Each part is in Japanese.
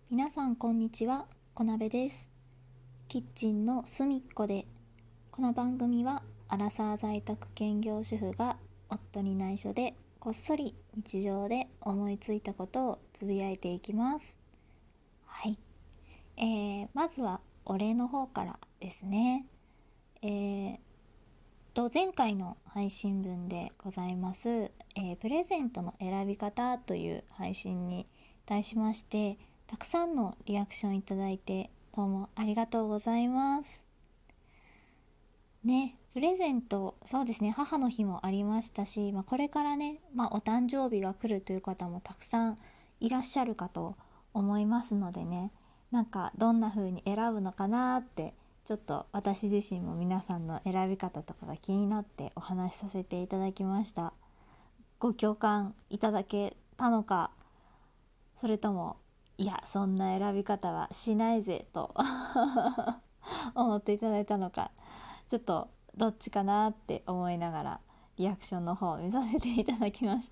皆さんこんにちは、こなべです。キッチンの隅っこで。この番組はアラサー在宅兼業主婦が夫に内緒でこっそり日常で思いついたことをつぶやいていきます。はい、まずはお礼の方からですね。えー前回の配信分でございます、プレゼントの選び方という配信に対しましてたくさんのリアクションいただいてどうもありがとうございますね。プレゼント、そうですね、母の日もありましたし、これからね、お誕生日が来るという方もたくさんいらっしゃるかと思いますのでね、なんかどんな風に選ぶのかなってちょっと私自身も皆さんの選び方とかが気になってお話しさせていただきました。ご共感いただけたのか、それともいやそんな選び方はしないぜと思っていただいたのか、ちょっとどっちかなって思いながらリアクションの方を見させていただきました。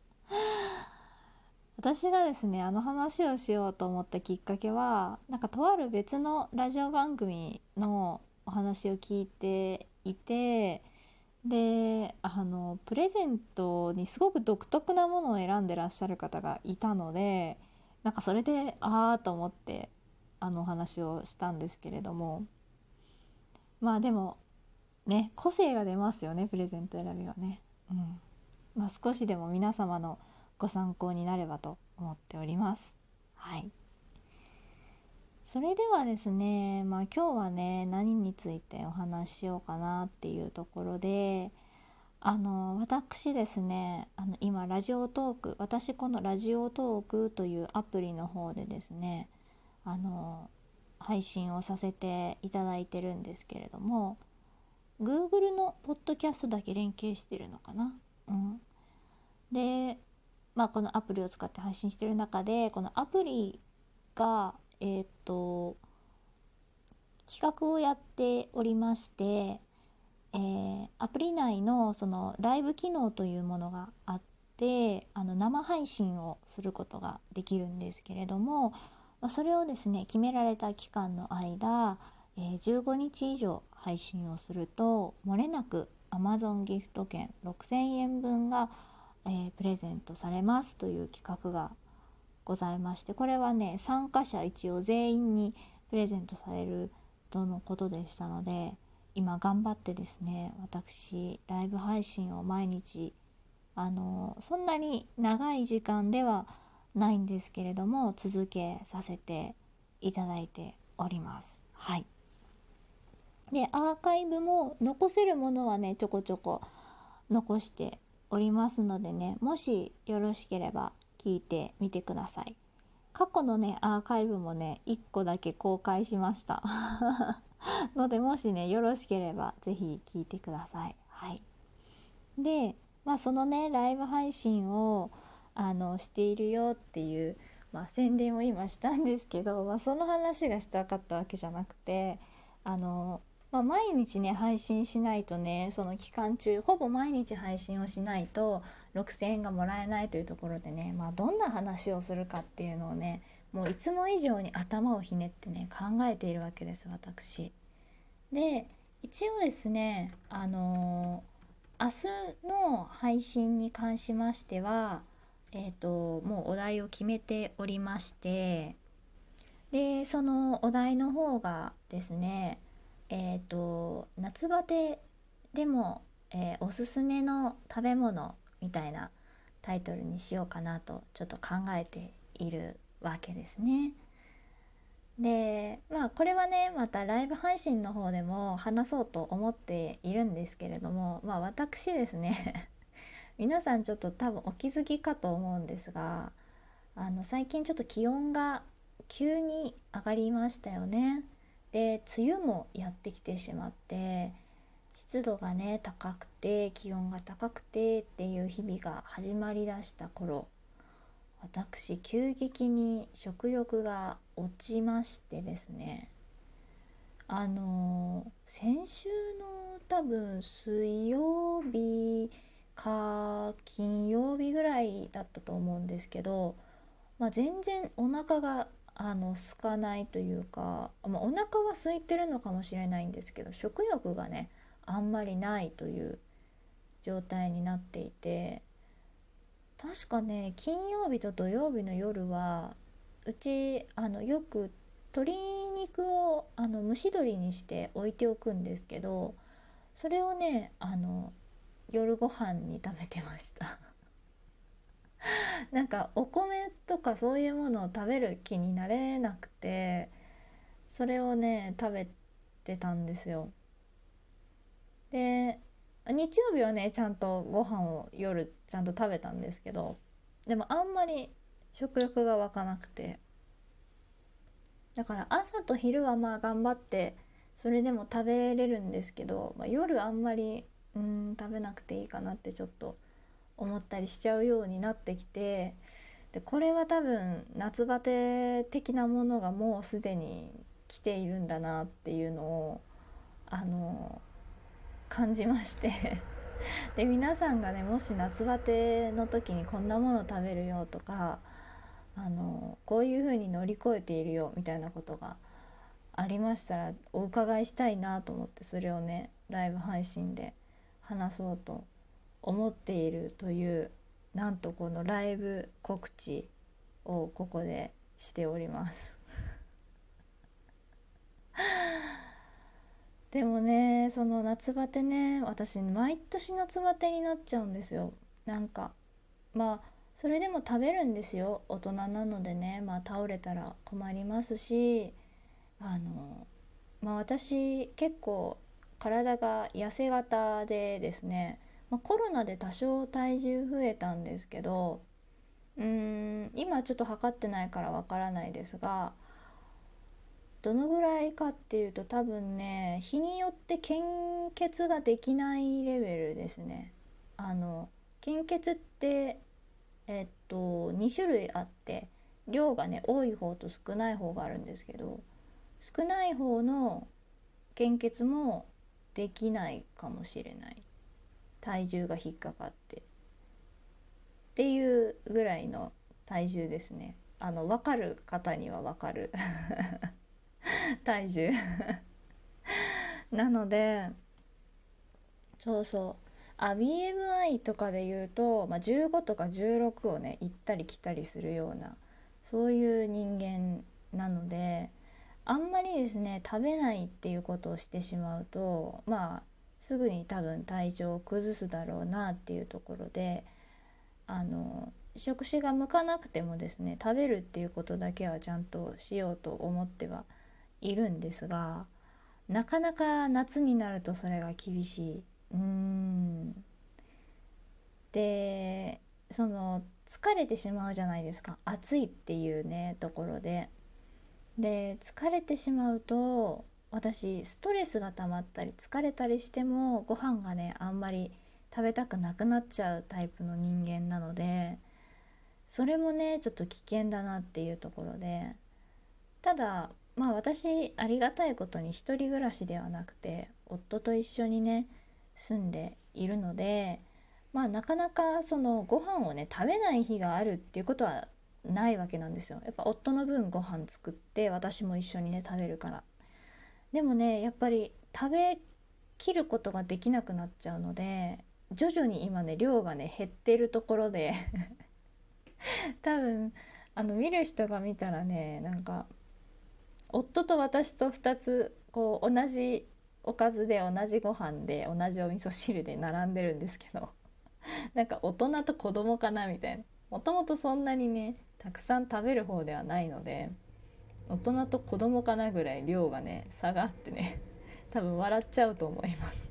私がですね、あの話をしようと思ったきっかけは、なんかとある別のラジオ番組のお話を聞いていて、でプレゼントにすごく独特なものを選んでらっしゃる方がいたので、なんかそれでと思ってあのお話をしたんですけれども、でもね、個性が出ますよね、プレゼント選びはね。少しでも皆様のご参考になればと思っております。はい。それではですね、今日はね、何についてお話ししようかなっていうところで、私ですね、今ラジオトーク、私このラジオトークというアプリの方でですね、あの配信をさせていただいてるんですけれども、Google のポッドキャストだけ連携してるのかな。で、このアプリを使って配信してる中で、このアプリが企画をやっておりまして、アプリ内のそのライブ機能というものがあって、生配信をすることができるんですけれども、それをですね、決められた期間の間、15日以上配信をすると漏れなく Amazon ギフト券6000円分が、プレゼントされますという企画がございまして、これはね、参加者一応全員にプレゼントされるとのことでしたので、今頑張ってですね、私ライブ配信を毎日そんなに長い時間ではないんですけれども続けさせていただいております。はい。でアーカイブも残せるものはねちょこちょこ残しておりますのでね、もしよろしければ聞いてみてください。過去のねアーカイブもね1個だけ公開しましたので、もしねよろしければぜひ聞いてください。はい。で、そのねライブ配信をしているよっていう、宣伝を今したんですけど、その話がしたかったわけじゃなくて、あの、毎日ね配信しないとね、その期間中ほぼ毎日配信をしないと6000円がもらえないというところでね、どんな話をするかっていうのをね、もういつも以上に頭をひねってね考えているわけです、私。で、一応ですね、明日の配信に関しましては、もうお題を決めておりまして、で、そのお題の方がですね、夏バテでも、おすすめの食べ物みたいなタイトルにしようかなとちょっと考えているわけですね。でこれはねまたライブ配信の方でも話そうと思っているんですけれども、私ですね皆さんちょっと多分お気づきかと思うんですが、最近ちょっと気温が急に上がりましたよね。で梅雨もやってきてしまって、湿度がね高くて気温が高くてっていう日々が始まりだした頃、私急激に食欲が落ちましてですね、先週の多分水曜日か金曜日ぐらいだったと思うんですけど、全然お腹が空かないというか、お腹は空いてるのかもしれないんですけど、食欲がねあんまりないという状態になっていて、確かね金曜日と土曜日の夜はうちよく鶏肉を蒸し鶏にして置いておくんですけど、それをね夜ご飯に食べてましたなんかお米とかそういうものを食べる気になれなくて、それをね食べてたんですよ。で日曜日はねちゃんとご飯を夜ちゃんと食べたんですけど、でもあんまり食欲が湧かなくて、だから朝と昼はまあ頑張ってそれでも食べれるんですけど、夜あんまり食べなくていいかなってちょっと思ったりしちゃうようになってきて、でこれは多分夏バテ的なものがもうすでに来ているんだなっていうのをあの感じましてで皆さんがねもし夏バテの時にこんなもの食べるよとかこういう風に乗り越えているよみたいなことがありましたらお伺いしたいなと思って、それをねライブ配信で話そうと思っているという、なんとこのライブ告知をここでしておりますでもねその夏バテね、私毎年夏バテになっちゃうんですよ。なんかそれでも食べるんですよ、大人なのでね。倒れたら困りますし、私結構体が痩せ型でですね、コロナで多少体重増えたんですけど、今ちょっと測ってないからわからないですが、どのぐらいかっていうと多分ね日によって献血ができないレベルですね。献血って2種類あって、量がね多い方と少ない方があるんですけど、少ない方の献血もできないかもしれない、体重が引っかかってっていうぐらいの体重ですね。分かる方には分かる体重なので、そうそう、BMI とかで言うと、15とか16をね行ったり来たりするような、そういう人間なので、あんまりですね食べないっていうことをしてしまうとすぐに多分体調を崩すだろうなっていうところで、食事が向かなくてもですね食べるっていうことだけはちゃんとしようと思ってはいるんですが、なかなか夏になるとそれが厳しい。で疲れてしまうじゃないですか、暑いっていうねところで。疲れてしまうと、私ストレスが溜まったり疲れたりしてもご飯がねあんまり食べたくなくなっちゃうタイプの人間なので、それもねちょっと危険だなっていうところで、ただ私ありがたいことに一人暮らしではなくて夫と一緒にね住んでいるので、なかなかそのご飯をね食べない日があるっていうことはないわけなんですよ。やっぱ夫の分ご飯作って私も一緒にね食べるから。でもねやっぱり食べきることができなくなっちゃうので、徐々に今ね量がね減ってるところで多分見る人が見たらね、なんか夫と私と2つこう同じおかずで同じご飯で同じお味噌汁で並んでるんですけどなんか大人と子供かなみたいな。もともとそんなにねたくさん食べる方ではないので、大人と子供かなぐらい量がね差があってね多分笑っちゃうと思います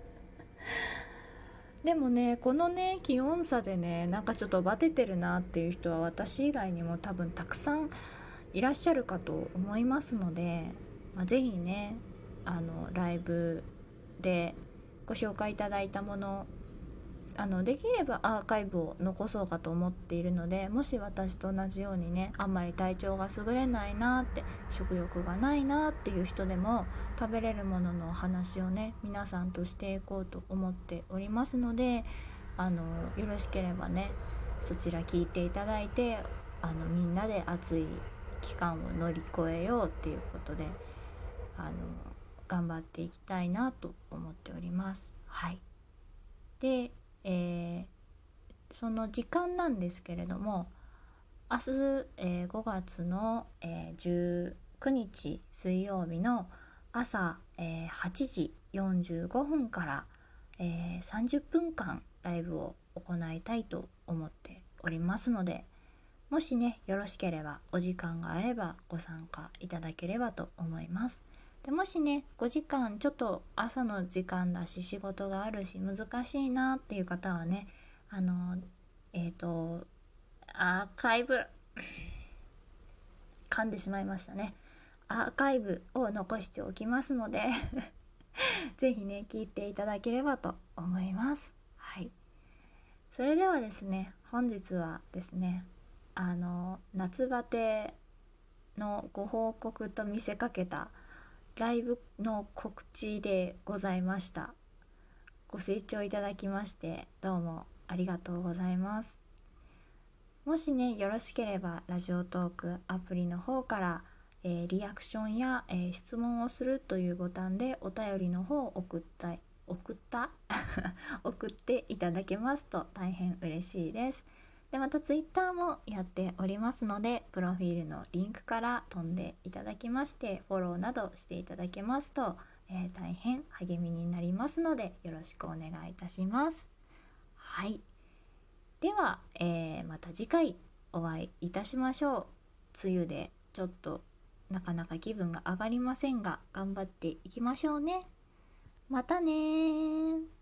でもねこのね気温差でねなんかちょっとバテてるなっていう人は私以外にも多分たくさんいらっしゃるかと思いますので、ぜひねライブでご紹介いただいたもの、できればアーカイブを残そうかと思っているので、もし私と同じようにねあんまり体調が優れないなって、食欲がないなっていう人でも食べれるもののお話をね皆さんとしていこうと思っておりますので、よろしければねそちら聞いていただいて、みんなで熱い期間を乗り越えようっていうことで頑張っていきたいなと思っております。はい。で、その時間なんですけれども、明日、5月の、19日水曜日の朝、8時45分から、30分間ライブを行いたいと思っておりますので、もしねよろしければお時間が合えばご参加いただければと思います。でもしね5時間ちょっと朝の時間だし仕事があるし難しいなっていう方はねアーカイブ噛んでしまいましたね。アーカイブを残しておきますのでぜひね聞いていただければと思います。はい。それではですね、本日はですね夏バテのご報告と見せかけたライブの告知でございました。ご清聴いただきましてどうもありがとうございます。もしねよろしければラジオトークアプリの方から、リアクションや、質問をするというボタンでお便りの方を送っていただけますと大変嬉しいです。でまたツイッターもやっておりますので、プロフィールのリンクから飛んでいただきましてフォローなどしていただけますと、大変励みになりますのでよろしくお願いいたします。はい。では、また次回お会いいたしましょう。梅雨でちょっとなかなか気分が上がりませんが頑張っていきましょうね。またね。